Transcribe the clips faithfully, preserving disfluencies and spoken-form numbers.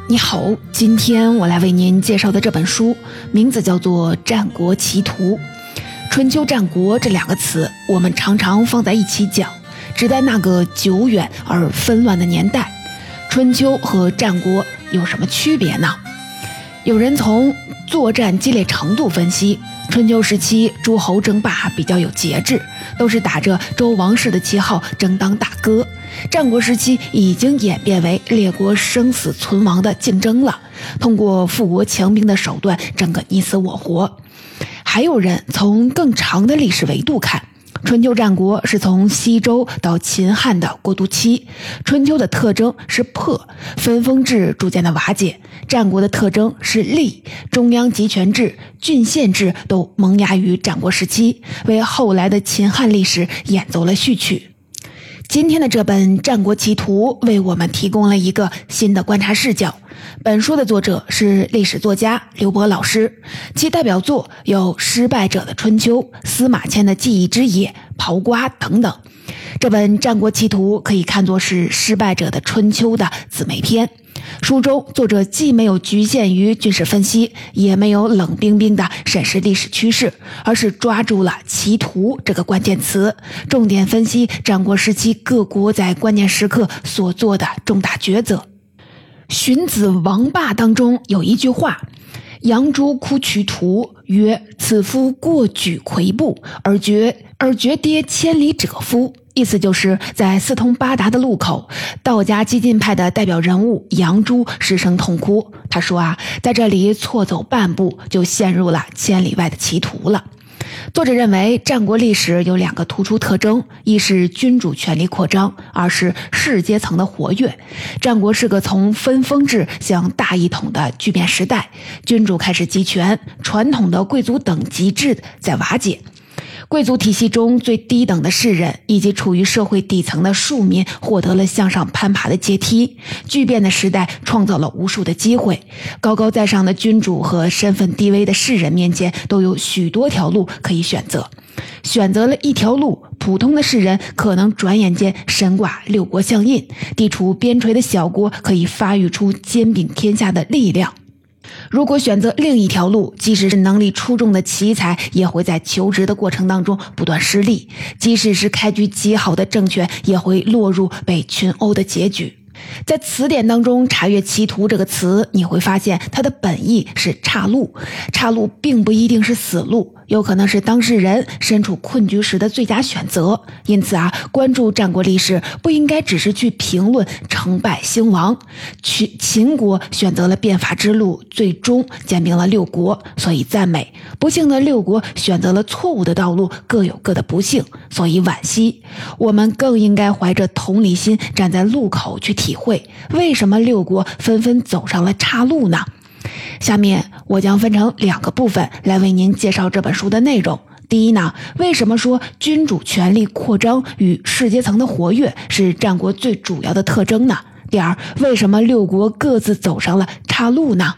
你好，今天我来为您介绍的这本书名字叫做《战国奇图》。春秋战国这两个词我们常常放在一起讲，指代那个久远而纷乱的年代。春秋和战国有什么区别呢？有人从作战激烈程度分析，春秋时期诸侯争霸比较有节制，都是打着周王室的旗号争当大哥。战国时期已经演变为列国生死存亡的竞争了，通过富国强兵的手段争个你死我活。还有人从更长的历史维度看，春秋战国是从西周到秦汉的过渡期。春秋的特征是破，分封制逐渐的瓦解；战国的特征是立，中央集权制、郡县制都萌芽于战国时期，为后来的秦汉历史演奏了序曲。今天的这本《战国奇图》为我们提供了一个新的观察视角。本书的作者是历史作家刘伯老师，其代表作有《失败者的春秋》、司马迁的《记忆之野》、《刨瓜》等等。这本《战国奇图》可以看作是《失败者的春秋》的姊妹篇。书中作者既没有局限于军事分析，也没有冷冰冰的审视历史趋势，而是抓住了奇图这个关键词，重点分析战国时期各国在关键时刻所做的重大抉择。荀子《王霸》当中有一句话：杨朱哭渠图，曰：此夫过举魁步，而绝而绝跌千里者夫。意思就是在四通八达的路口，道家激进派的代表人物杨朱失声痛哭。他说啊，在这里错走半步就陷入了千里外的歧途了。作者认为战国历史有两个突出特征，一是君主权力扩张，二是士阶层的活跃。战国是个从分封制向大一统的巨变时代，君主开始集权，传统的贵族等级制在瓦解。贵族体系中最低等的士人以及处于社会底层的庶民获得了向上攀爬的阶梯。巨变的时代创造了无数的机会，高高在上的君主和身份低微的士人面前都有许多条路可以选择。选择了一条路，普通的士人可能转眼间身挂六国相印，地处边陲的小国可以发育出兼并天下的力量。如果选择另一条路，即使是能力出众的奇才，也会在求职的过程当中不断失利；即使是开局极好的政权，也会落入被群殴的结局。在词典当中查阅歧途这个词，你会发现它的本意是岔路。岔路并不一定是死路，有可能是当事人身处困局时的最佳选择。因此啊，关注战国历史不应该只是去评论成败兴亡。秦秦国选择了变法之路，最终兼并了六国，所以赞美；不幸的六国选择了错误的道路，各有各的不幸，所以惋惜。我们更应该怀着同理心，站在路口去体会为什么六国纷纷走上了岔路呢？下面我将分成两个部分来为您介绍这本书的内容。第一呢，为什么说君主权力扩张与士阶层的活跃是战国最主要的特征呢？第二，为什么六国各自走上了岔路呢？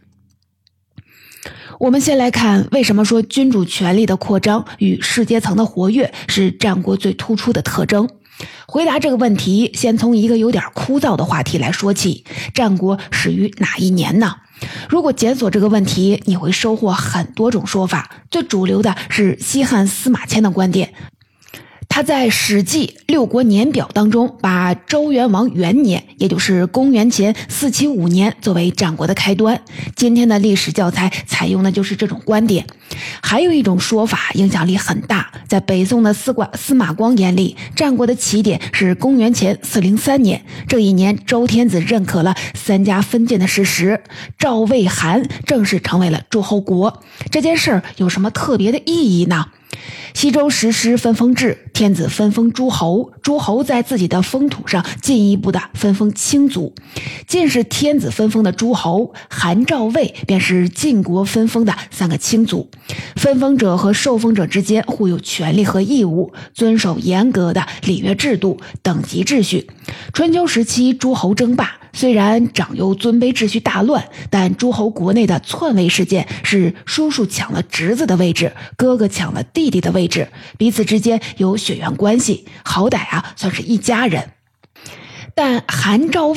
我们先来看为什么说君主权力的扩张与士阶层的活跃是战国最突出的特征。回答这个问题，先从一个有点枯燥的话题来说起：战国始于哪一年呢？如果检索这个问题，你会收获很多种说法，最主流的是西汉司马迁的观点。他在《史记六国年表》当中把周元王元年，也就是公元前四七五年作为战国的开端。今天的历史教材采用的就是这种观点。还有一种说法影响力很大，在北宋的司司马光眼里，战国的起点是公元前四零三年。这一年，周天子认可了三家分晋的事实，赵魏韩正式成为了诸侯国。这件事儿有什么特别的意义呢？西周实施分封制，天子分封诸侯，诸侯在自己的封土上进一步的分封卿族。晋是天子分封的诸侯，韩赵魏便是晋国分封的三个卿族。分封者和受封者之间互有权利和义务，遵守严格的礼乐制度、等级秩序。春秋时期诸侯争霸，虽然长幼尊卑秩序大乱，但诸侯国内的篡位事件是叔叔抢了侄子的位置，哥哥抢了弟弟的位置，彼此之间有血缘关系，好歹啊算是一家人。但韩赵魏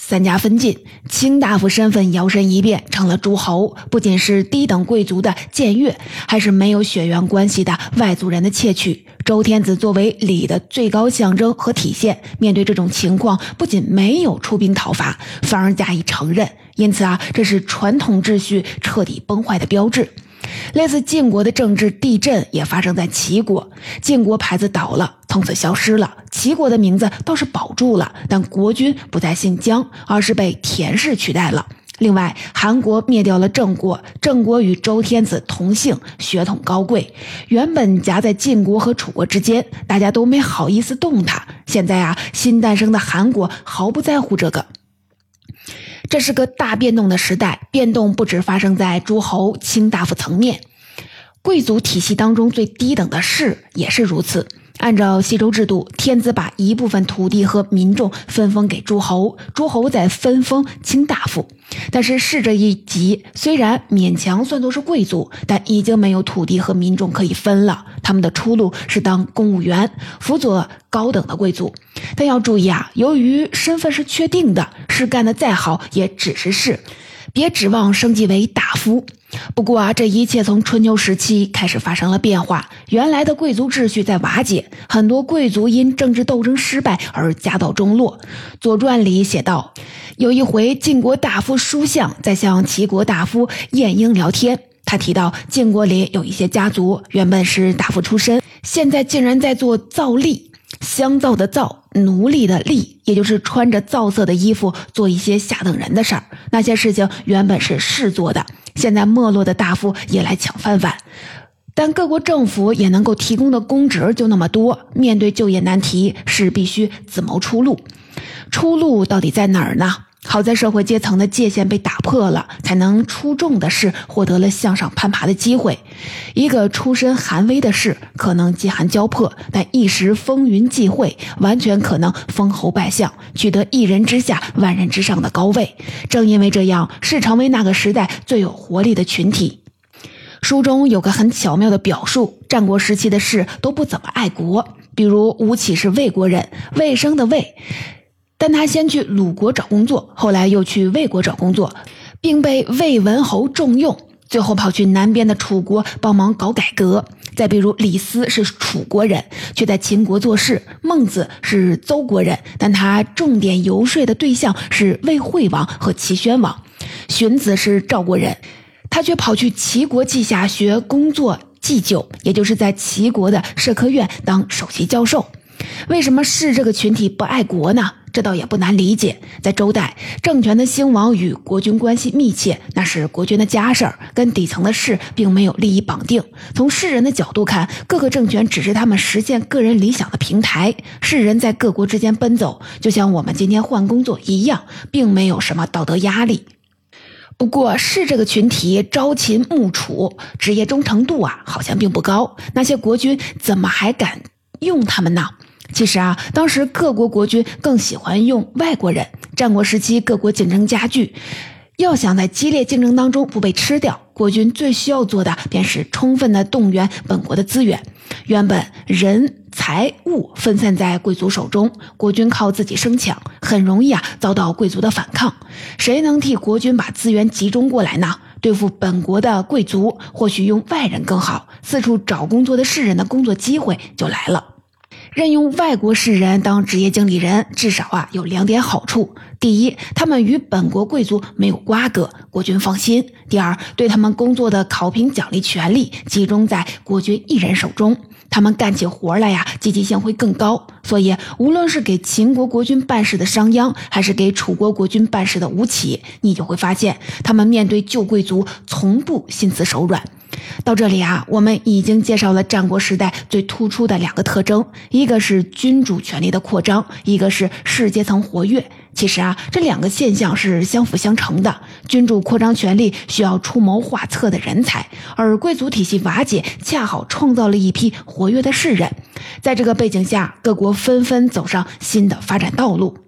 三家分晋，卿大夫身份摇身一变成了诸侯，不仅是低等贵族的僭越，还是没有血缘关系的外族人的窃取。周天子作为礼的最高象征和体现，面对这种情况，不仅没有出兵讨伐，反而加以承认。因此啊，这是传统秩序彻底崩坏的标志。类似晋国的政治地震也发生在齐国，晋国牌子倒了，从此消失了，齐国的名字倒是保住了，但国君不再姓姜，而是被田氏取代了。另外，韩国灭掉了郑国，郑国与周天子同姓，血统高贵，原本夹在晋国和楚国之间，大家都没好意思动它。现在啊，新诞生的韩国毫不在乎这个。这是个大变动的时代，变动不只发生在诸侯、卿大夫层面，贵族体系当中最低等的士也是如此。按照西周制度，天子把一部分土地和民众分封给诸侯，诸侯再分封卿大夫。但是士这一级虽然勉强算作是贵族，但已经没有土地和民众可以分了，他们的出路是当公务员，辅佐高等的贵族。但要注意啊，由于身份是确定的，士干得再好也只是士，别指望升级为大夫。不过啊，这一切从春秋时期开始发生了变化，原来的贵族秩序在瓦解，很多贵族因政治斗争失败而家道中落。左传里写道，有一回晋国大夫叔向在向齐国大夫晏婴聊天，他提到晋国里有一些家族原本是大夫出身，现在竟然在做造吏，香皂的皂，奴隶的隶，也就是穿着皂色的衣服做一些下等人的事儿。那些事情原本是士做的，现在没落的大夫也来抢饭碗。但各国政府也能够提供的公职就那么多，面对就业难题，是必须自谋出路。出路到底在哪儿呢？好在社会阶层的界限被打破了，才能出众的士获得了向上攀爬的机会。一个出身寒微的士，可能饥寒交迫，但一时风云际会，完全可能封侯拜相，取得一人之下万人之上的高位。正因为这样，士成为那个时代最有活力的群体。书中有个很巧妙的表述，战国时期的士都不怎么爱国，比如吴起是魏国人，魏生的魏，但他先去鲁国找工作，后来又去魏国找工作，并被魏文侯重用，最后跑去南边的楚国帮忙搞改革。再比如李斯是楚国人，却在秦国做事，孟子是邹国人，但他重点游说的对象是魏惠王和齐宣王。荀子是赵国人，他却跑去齐国稷下学工作祭酒，也就是在齐国的社科院当首席教授。为什么士这个群体不爱国呢？这倒也不难理解。在周代，政权的兴亡与国君关系密切，那是国君的家事儿，跟底层的士并没有利益绑定。从士人的角度看，各个政权只是他们实现个人理想的平台，士人在各国之间奔走，就像我们今天换工作一样，并没有什么道德压力。不过士这个群体朝秦暮楚，职业忠诚度啊好像并不高，那些国君怎么还敢用他们呢？其实啊，当时各国国君更喜欢用外国人。战国时期各国竞争加剧，要想在激烈竞争当中不被吃掉，国君最需要做的便是充分的动员本国的资源。原本人财物分散在贵族手中，国君靠自己生抢，很容易啊遭到贵族的反抗。谁能替国君把资源集中过来呢？对付本国的贵族，或许用外人更好，四处找工作的士人的工作机会就来了。任用外国士人当职业经理人，至少啊有两点好处：第一，他们与本国贵族没有瓜葛，国君放心；第二，对他们工作的考评奖励权力集中在国君一人手中，他们干起活来呀积极性会更高。所以无论是给秦国国君办事的商鞅，还是给楚国国君办事的吴起，你就会发现他们面对旧贵族从不心慈手软。到这里啊，我们已经介绍了战国时代最突出的两个特征，一个是君主权力的扩张，一个是士阶层活跃。其实啊，这两个现象是相辅相成的。君主扩张权力需要出谋划策的人才，而贵族体系瓦解恰好创造了一批活跃的士人。在这个背景下，各国纷纷走上新的发展道路。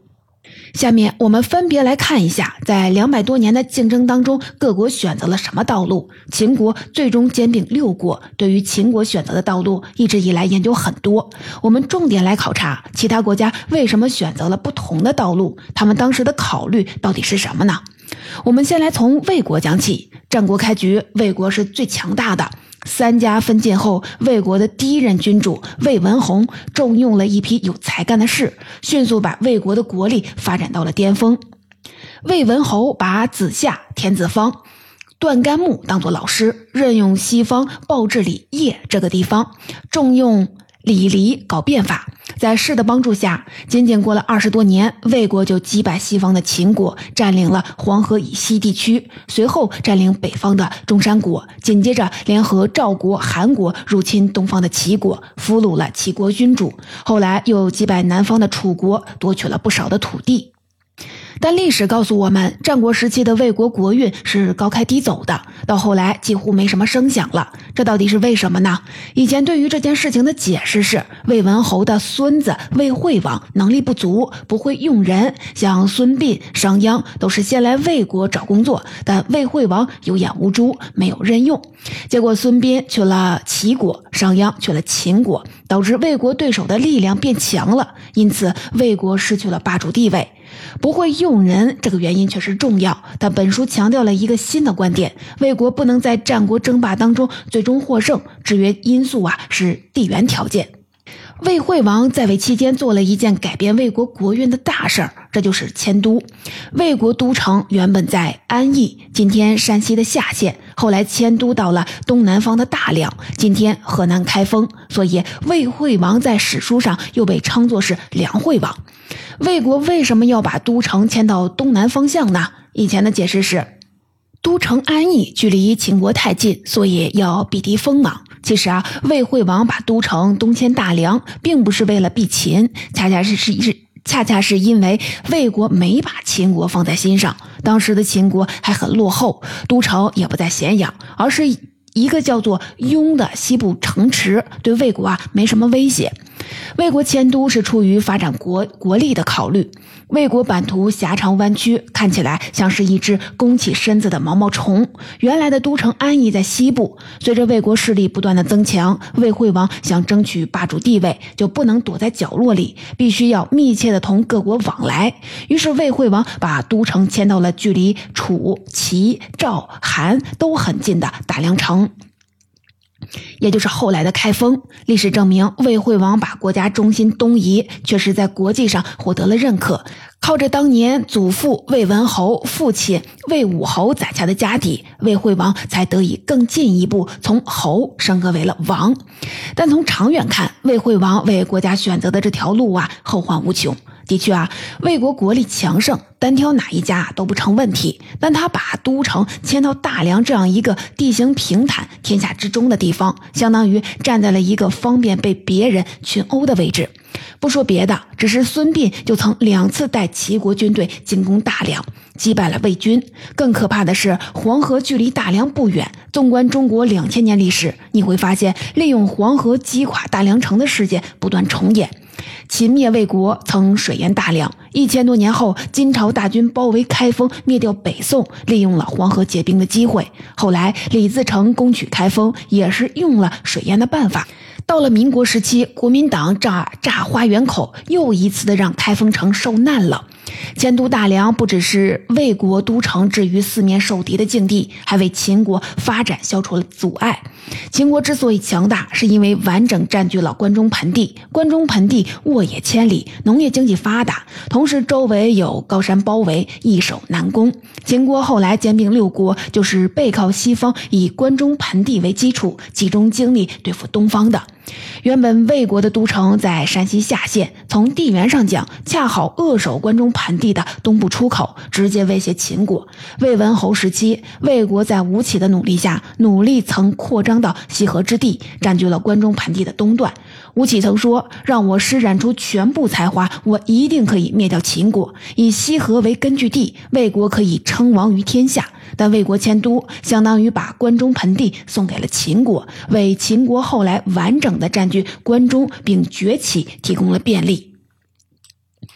下面我们分别来看一下，在两百多年的竞争当中，各国选择了什么道路。秦国最终兼并六国，对于秦国选择的道路，一直以来研究很多。我们重点来考察其他国家为什么选择了不同的道路，他们当时的考虑到底是什么呢？我们先来从魏国讲起。战国开局，魏国是最强大的。三家分晋后，魏国的第一任君主魏文侯重用了一批有才干的士，迅速把魏国的国力发展到了巅峰。魏文侯把子夏、田子方、段干木当作老师，任用西方鲍治里叶这个地方，重用李黎搞变法。在士的帮助下，仅仅过了二十多年，魏国就击败西方的秦国，占领了黄河以西地区，随后占领北方的中山国，紧接着联合赵国、韩国入侵东方的齐国，俘虏了齐国君主，后来又击败南方的楚国，夺取了不少的土地。但历史告诉我们，战国时期的魏国国运是高开低走的，到后来几乎没什么声响了。这到底是为什么呢？以前对于这件事情的解释是，魏文侯的孙子魏惠王能力不足，不会用人，像孙膑、商鞅都是先来魏国找工作，但魏惠王有眼无珠，没有任用。结果孙膑去了齐国，商鞅去了秦国，导致魏国对手的力量变强了，因此魏国失去了霸主地位。不会用人这个原因确实重要，但本书强调了一个新的观点：魏国不能在战国争霸当中最终获胜，制约因素啊是地缘条件。魏惠王在位期间做了一件改变魏国国运的大事儿，这就是迁都。魏国都城原本在安邑，今天山西的夏县，后来迁都到了东南方的大梁，今天河南开封，所以魏惠王在史书上又被称作是梁惠王。魏国为什么要把都城迁到东南方向呢？以前的解释是，都城安邑距离秦国太近，所以要避敌锋芒。其实啊，魏惠王把都城东迁大梁，并不是为了避秦，恰恰是是恰恰是因为魏国没把秦国放在心上。当时的秦国还很落后，都城也不在咸阳，而是一个叫做雍的西部城池，对魏国啊没什么威胁。魏国迁都是出于发展国国力的考虑。魏国版图狭长弯曲，看起来像是一只弓起身子的毛毛虫。原来的都城安邑在西部，随着魏国势力不断的增强，魏惠王想争取霸主地位，就不能躲在角落里，必须要密切的同各国往来。于是魏惠王把都城迁到了距离楚、齐、赵、韩都很近的大梁城，也就是后来的开封。历史证明，魏惠王把国家中心东移，确实在国际上获得了认可。靠着当年祖父魏文侯、父亲魏武侯攒下的家底，魏惠王才得以更进一步从侯升格为了王。但从长远看，魏惠王为国家选择的这条路啊，后患无穷。的确啊，魏国国力强盛，单挑哪一家都不成问题，但他把都城迁到大梁这样一个地形平坦、天下之中的地方，相当于站在了一个方便被别人群殴的位置。不说别的，只是孙膑就曾两次带齐国军队进攻大梁，击败了魏军。更可怕的是，黄河距离大梁不远，纵观中国两千年历史，你会发现利用黄河击垮大梁城的事件不断重演。秦灭魏国曾水淹大梁，一千多年后，金朝大军包围开封，灭掉北宋，利用了黄河结冰的机会。后来李自成攻取开封，也是用了水淹的办法。到了民国时期，国民党炸炸花园口，又一次的让开封城受难了。迁都大梁不只是魏国都城置于四面受敌的境地，还为秦国发展消除了阻碍。秦国之所以强大，是因为完整占据了关中盆地。关中盆地沃野千里，农业经济发达，同时周围有高山包围，易守难攻。秦国后来兼并六国，就是背靠西方，以关中盆地为基础，集中精力对付东方的。原本魏国的都城在山西夏县，从地缘上讲，恰好扼守关中盆地的东部出口，直接威胁秦国。魏文侯时期，魏国在吴起的努力下，努力曾扩张到西河之地，占据了关中盆地的东段。吴起曾说，让我施展出全部才华，我一定可以灭掉秦国，以西河为根据地，魏国可以称王于天下。但魏国迁都相当于把关中盆地送给了秦国，为秦国后来完整的占据关中并崛起提供了便利。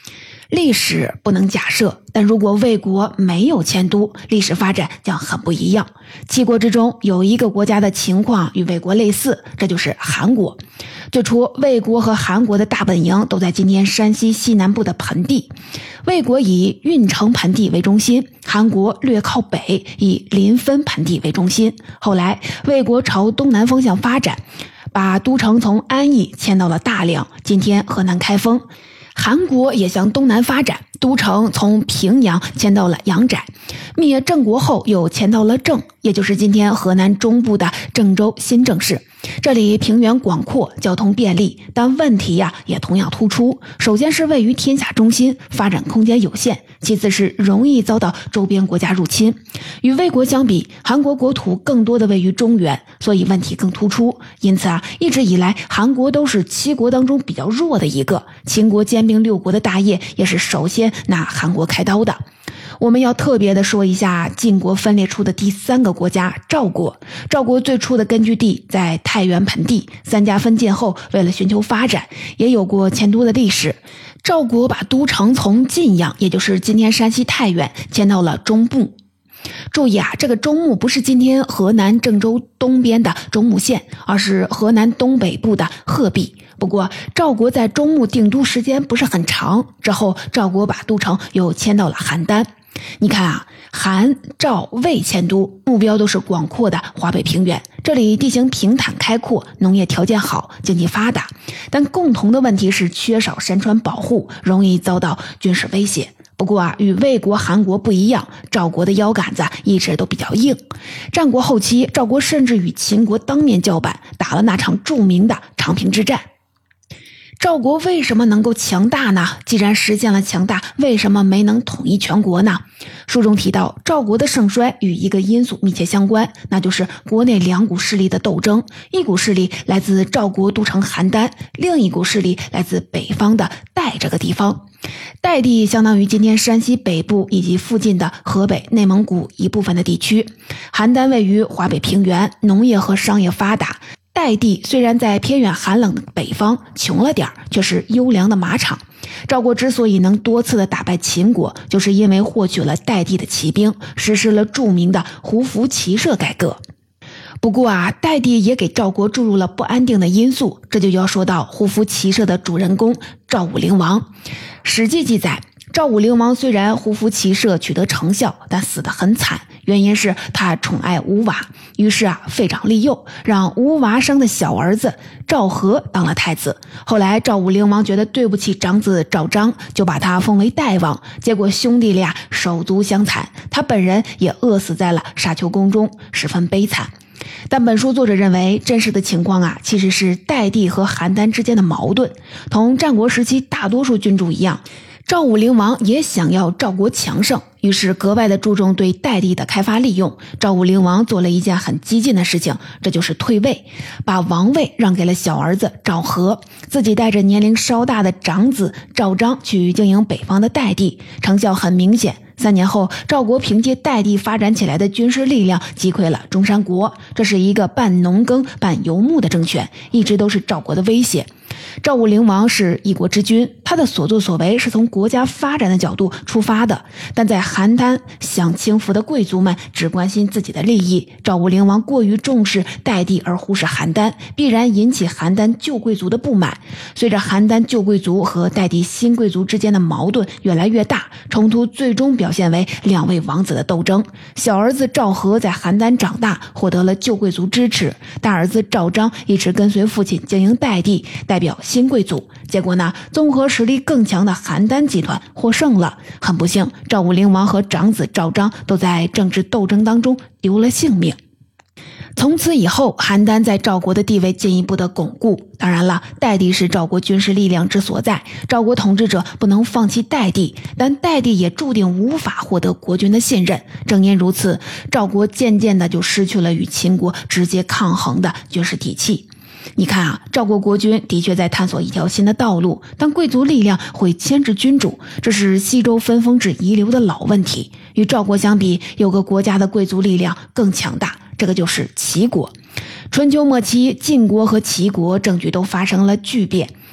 历史不能假设，但如果魏国没有迁都，历史发展将很不一样。七国之中有一个国家的情况与魏国类似，这就是韩国。最初魏国和韩国的大本营都在今天山西西南部的盆地，魏国以运城盆地为中心，韩国略靠北，以临汾盆地为中心。后来魏国朝东南方向发展，把都城从安邑迁到了大梁，今天河南开封。韩国也向东南发展，都城从平阳迁到了阳翟，灭郑国后又迁到了郑，也就是今天河南中部的郑州新郑市。这里平原广阔，交通便利，但问题呀、啊、也同样突出。首先是位于天下中心，发展空间有限；其次是容易遭到周边国家入侵。与魏国相比，韩国国土更多的位于中原，所以问题更突出。因此啊，一直以来韩国都是七国当中比较弱的一个。秦国兼并六国的大业也是首先拿韩国开刀的。我们要特别的说一下晋国分裂出的第三个国家赵国。赵国最初的根据地在太原盆地，三家分晋后为了寻求发展，也有过迁都的历史。赵国把都城从晋阳，也就是今天山西太原，迁到了中部。注意啊，这个中牟不是今天河南郑州东边的中牟县，而是河南东北部的鹤壁。不过赵国在中牟定都时间不是很长，之后赵国把都城又迁到了邯郸。你看啊，韩、赵、魏迁都，目标都是广阔的华北平原，这里地形平坦开阔，农业条件好，经济发达，但共同的问题是缺少山川保护，容易遭到军事威胁。不过啊，与魏国、韩国不一样，赵国的腰杆子一直都比较硬。战国后期，赵国甚至与秦国当面叫板，打了那场著名的长平之战。赵国为什么能够强大呢？既然实现了强大，为什么没能统一全国呢？书中提到，赵国的盛衰与一个因素密切相关，那就是国内两股势力的斗争。一股势力来自赵国都城邯郸，另一股势力来自北方的代这个地方。代地相当于今天山西北部以及附近的河北、内蒙古一部分的地区。邯郸位于华北平原，农业和商业发达。代地虽然在偏远寒冷的北方，穷了点，却是优良的马场。赵国之所以能多次的打败秦国，就是因为获取了代地的骑兵，实施了著名的胡服骑射改革。不过啊，代地也给赵国注入了不安定的因素，这就要说到胡服骑射的主人公赵武灵王。史记记载，赵武灵王虽然胡服骑射取得成效，但死得很惨，原因是他宠爱吴娃，于是啊废长立幼，让吴娃生的小儿子赵和当了太子。后来赵武灵王觉得对不起长子赵章，就把他封为代王，结果兄弟俩手足相残，他本人也饿死在了沙丘宫中，十分悲惨。但本书作者认为，真实的情况啊，其实是代地和邯郸之间的矛盾。同战国时期大多数君主一样，赵武灵王也想要赵国强盛，于是格外的注重对代地的开发利用。赵武灵王做了一件很激进的事情，这就是退位，把王位让给了小儿子赵和，自己带着年龄稍大的长子赵章去经营北方的代地，成效很明显。三年后，赵国凭借代地发展起来的军事力量击溃了中山国，这是一个半农耕半游牧的政权，一直都是赵国的威胁。赵武灵王是一国之君，他的所作所为是从国家发展的角度出发的，但在邯郸享清福的贵族们只关心自己的利益，赵武灵王过于重视代地而忽视邯郸，必然引起邯郸旧贵族的不满。随着邯郸旧贵族和代地新贵族之间的矛盾越来越大，冲突最终表现为两位王子的斗争。小儿子赵和在邯郸长大，获得了旧贵族支持，大儿子赵章一直跟随父亲经营代地，代表新贵族。结果呢，综合实力更强的邯郸集团获胜了。很不幸，赵武灵王和长子赵章都在政治斗争当中丢了性命。从此以后，邯郸在赵国的地位进一步的巩固。当然了，代地是赵国军事力量之所在，赵国统治者不能放弃代地，但代地也注定无法获得国君的信任。正因如此，赵国渐渐的就失去了与秦国直接抗衡的军事体系。你看啊，赵国国君的确在探索一条新的道路，但贵族力量会牵制君主，这是西周分封制遗留的老问题。与赵国相比，有个国家的贵族力量更强大，这个就是齐国。春秋末期，晋国和齐国政局都发生了巨变。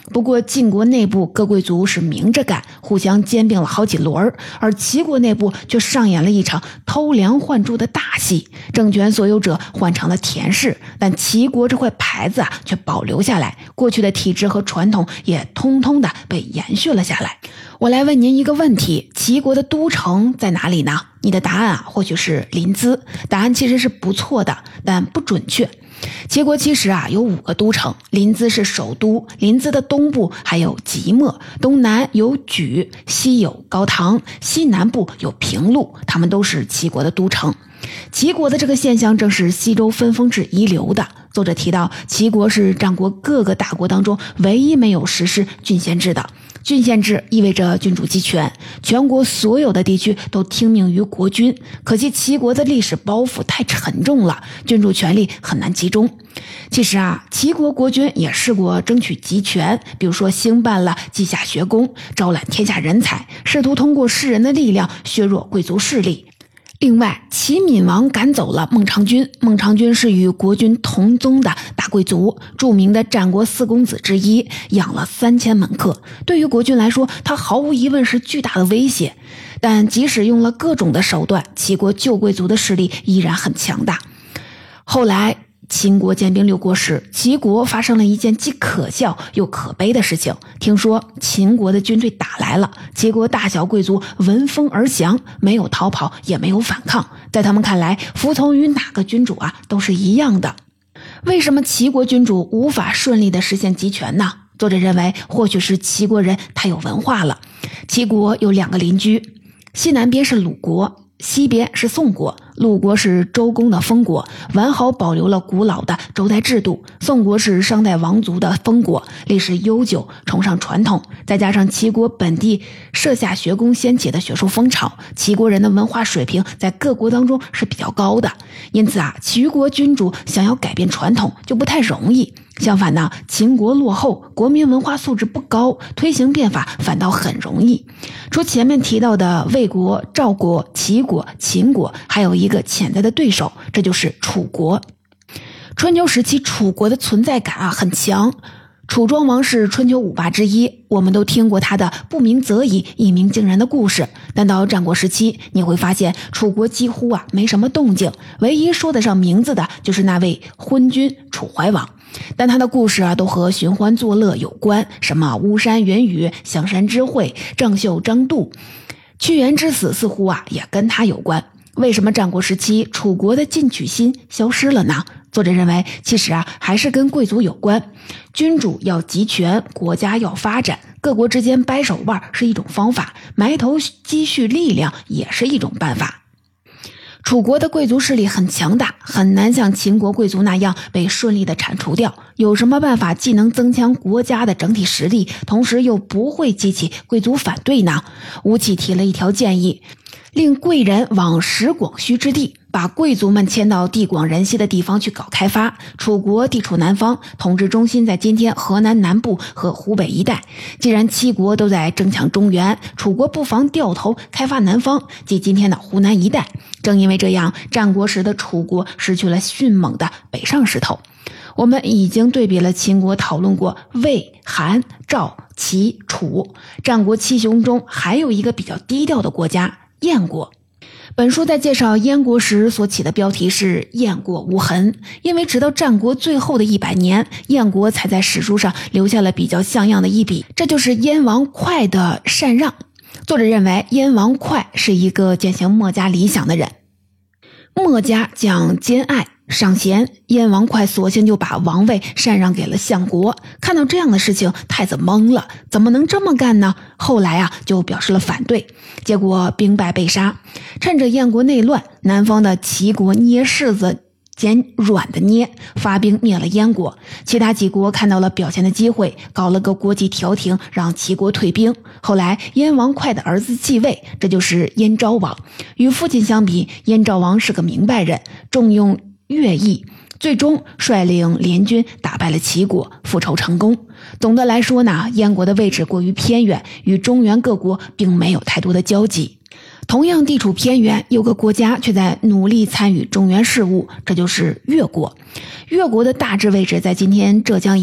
不过晋国内部各贵族是明着干，互相兼并了好几轮，而齐国内部却上演了一场偷梁换柱的大戏，政权所有者换成了田氏，但齐国这块牌子啊却保留下来，过去的体制和传统也通通的被延续了下来。我来问您一个问题，齐国的都城在哪里呢？你的答案啊或许是临淄，答案其实是不错的，但不准确。齐国其实啊有五个都城，临淄是首都，临淄的东部还有即墨，东南有莒，西有高唐，西南部有平陆，他们都是齐国的都城。齐国的这个现象正是西周分封制遗留的。作者提到，齐国是战国各个大国当中唯一没有实施郡县制的。郡县制意味着君主集权，全国所有的地区都听命于国君。可惜齐国的历史包袱太沉重了，君主权力很难集中。其实啊，齐国国君也试过争取集权，比如说兴办了稷下学宫，招揽天下人才，试图通过士人的力量削弱贵族势力。另外，齐闵王赶走了孟尝君，孟尝君是与国君同宗的大贵族，著名的战国四公子之一，养了三千门客。对于国君来说，他毫无疑问是巨大的威胁。但即使用了各种的手段，齐国旧贵族的势力依然很强大。后来秦国兼并六国时，齐国发生了一件既可笑又可悲的事情。听说秦国的军队打来了，齐国大小贵族闻风而降，没有逃跑，也没有反抗。在他们看来，服从于哪个君主啊，都是一样的。为什么齐国君主无法顺利的实现集权呢？作者认为，或许是齐国人太有文化了。齐国有两个邻居，西南边是鲁国，西边是宋国。鲁国是周公的封国，完好保留了古老的周代制度。宋国是商代王族的封国，历史悠久，崇尚传统。再加上齐国本地设下学宫掀起的学术风潮，齐国人的文化水平在各国当中是比较高的。因此啊，齐国君主想要改变传统就不太容易。相反呢，秦国落后，国民文化素质不高，推行变法反倒很容易。除前面提到的魏国、赵国、齐国、秦国，还有一个潜在的对手，这就是楚国。春秋时期楚国的存在感啊很强，楚庄王是春秋五霸之一，我们都听过他的不鸣则已，一鸣惊人的故事。但到战国时期，你会发现楚国几乎啊没什么动静，唯一说得上名字的就是那位昏君楚怀王。但他的故事啊都和寻欢作乐有关，什么巫山云雨、香山之会、郑袖张度，屈原之死似乎啊也跟他有关。为什么战国时期楚国的进取心消失了呢？作者认为，其实啊还是跟贵族有关。君主要集权，国家要发展，各国之间掰手腕是一种方法，埋头积蓄力量也是一种办法。楚国的贵族势力很强大，很难像秦国贵族那样被顺利的铲除掉。有什么办法既能增强国家的整体实力，同时又不会激起贵族反对呢？吴起提了一条建议，令贵人往实广虚之地，把贵族们迁到地广人稀的地方去搞开发。楚国地处南方，统治中心在今天河南南部和湖北一带。既然七国都在争抢中原，楚国不妨掉头开发南方，即今天的湖南一带。正因为这样，战国时的楚国失去了迅猛的北上势头。我们已经对比了秦国，讨论过魏、韩、赵、齐、楚。战国七雄中还有一个比较低调的国家，燕国。本书在介绍燕国时所起的标题是燕国无痕，因为直到战国最后的一百年，燕国才在史书上留下了比较像样的一笔，这就是燕王哙的禅让。作者认为燕王哙是一个践行墨家理想的人。墨家讲兼爱赏贤，燕王哙索性就把王位禅让给了相国。看到这样的事情，太子懵了，怎么能这么干呢？后来啊，就表示了反对，结果兵败被杀。趁着燕国内乱，南方的齐国捏柿子捡软的捏，发兵灭了燕国。其他几国看到了表现的机会，搞了个国际调停，让齐国退兵。后来燕王哙的儿子继位，这就是燕昭王。与父亲相比，燕昭王是个明白人，重用乐毅，最终率领联军打败了齐国，复仇成功。总的来说呢，燕国的位置过于偏远，与中原各国并没有太多的交集。同样地处偏远，有个国家却在努力参与中原事务，这就是越国。越国的大致位置在今天浙江一带，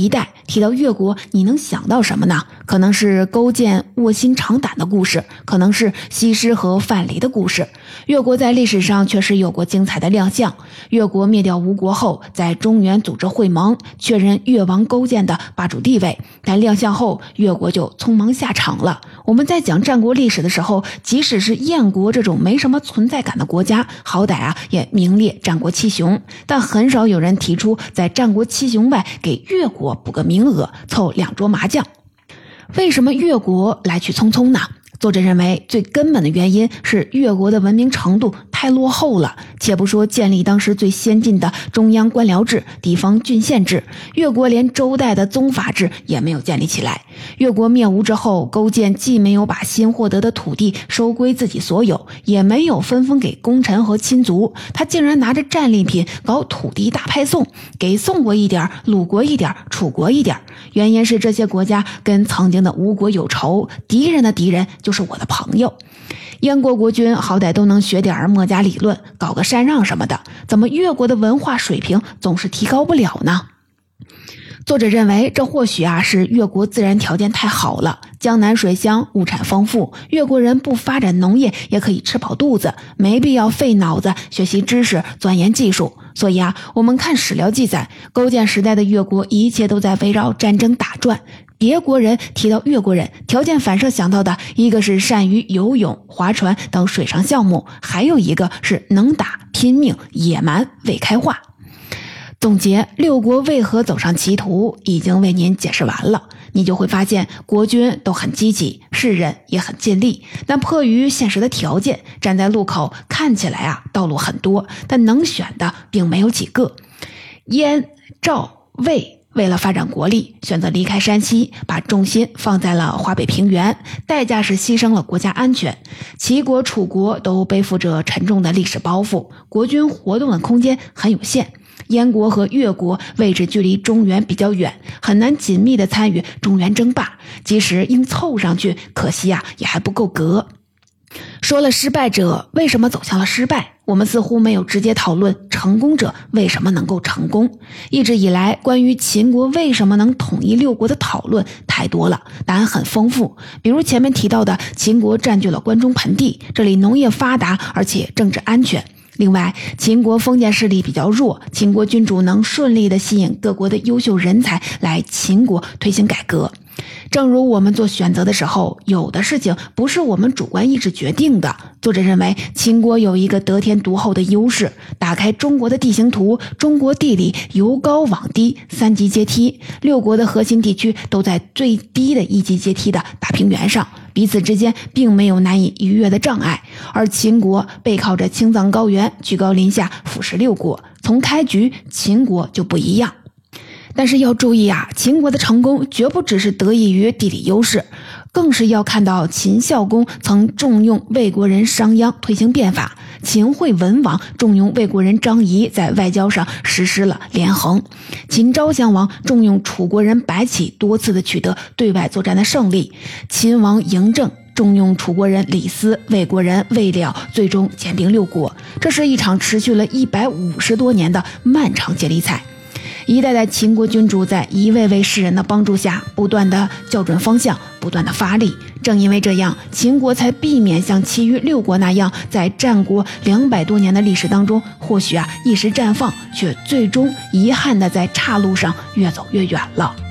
提到越国，你能想到什么呢？可能是勾践卧薪尝胆的故事，可能是西施和范蠡的故事。越国在历史上确实有过精彩的亮相。越国灭掉吴国后，在中原组织会盟，确认越王勾践的霸主地位，但亮相后，越国就匆忙下场了。我们在讲战国历史的时候，即使是燕国这种没什么存在感的国家，好歹啊也名列战国七雄，但很少有人提出在战国七雄外给越国补个名额，凑两桌麻将。为什么越国来去匆匆呢？作者认为最根本的原因是越国的文明程度太落后了。且不说建立当时最先进的中央官僚制、地方郡县制，越国连周代的宗法制也没有建立起来。越国灭吴之后，勾践既没有把新获得的土地收归自己所有，也没有分封给功臣和亲族，他竟然拿着战利品搞土地大派送，给宋国一点，鲁国一点，楚国一点。原因是这些国家跟曾经的吴国有仇，敌人的敌人就是我的朋友。燕国国君好歹都能学点墨家理论，搞个禅让什么的，怎么越国的文化水平总是提高不了呢？作者认为，这或许啊是越国自然条件太好了，江南水乡，物产丰富，越国人不发展农业也可以吃饱肚子，没必要费脑子学习知识，钻研技术。所以啊，我们看史料记载，勾践时代的越国一切都在围绕战争打转。别国人提到越国人，条件反射想到的一个是善于游泳、划船等水上项目，还有一个是能打、拼命、野蛮、未开化。总结六国为何走上歧途，已经为您解释完了。你就会发现，国君都很积极，士人也很尽力，但迫于现实的条件，站在路口看起来啊，道路很多，但能选的并没有几个。燕、赵、魏为了发展国力，选择离开山西，把重心放在了华北平原，代价是牺牲了国家安全。齐国、楚国都背负着沉重的历史包袱，国军活动的空间很有限。燕国和越国位置距离中原比较远，很难紧密地参与中原争霸，即使硬凑上去，可惜啊也还不够格。说了失败者为什么走向了失败，我们似乎没有直接讨论成功者为什么能够成功。一直以来，关于秦国为什么能统一六国的讨论太多了，答案很丰富。比如前面提到的，秦国占据了关中盆地，这里农业发达，而且政治安全。另外，秦国封建势力比较弱，秦国君主能顺利地吸引各国的优秀人才来秦国推行改革。正如我们做选择的时候，有的事情不是我们主观意志决定的。作者认为，秦国有一个得天独厚的优势，打开中国的地形图，中国地理由高往低，三级阶梯，六国的核心地区都在最低的一级阶梯的大平原上，彼此之间并没有难以逾越的障碍。而秦国背靠着青藏高原，居高临下，俯视六国，从开局秦国就不一样。但是要注意啊，秦国的成功绝不只是得益于地理优势，更是要看到秦孝公曾重用魏国人商鞅推行变法，秦惠文王重用魏国人张仪在外交上实施了连横，秦昭襄王重用楚国人白起多次的取得对外作战的胜利，秦王嬴政重用楚国人李斯、魏国人魏了，最终兼并六国。这是一场持续了一百五十多年的漫长接力赛。一代代秦国君主在一位位士人的帮助下，不断的校准方向，不断的发力。正因为这样，秦国才避免像其余六国那样，在战国两百多年的历史当中，或许啊一时绽放，却最终遗憾的在岔路上越走越远了。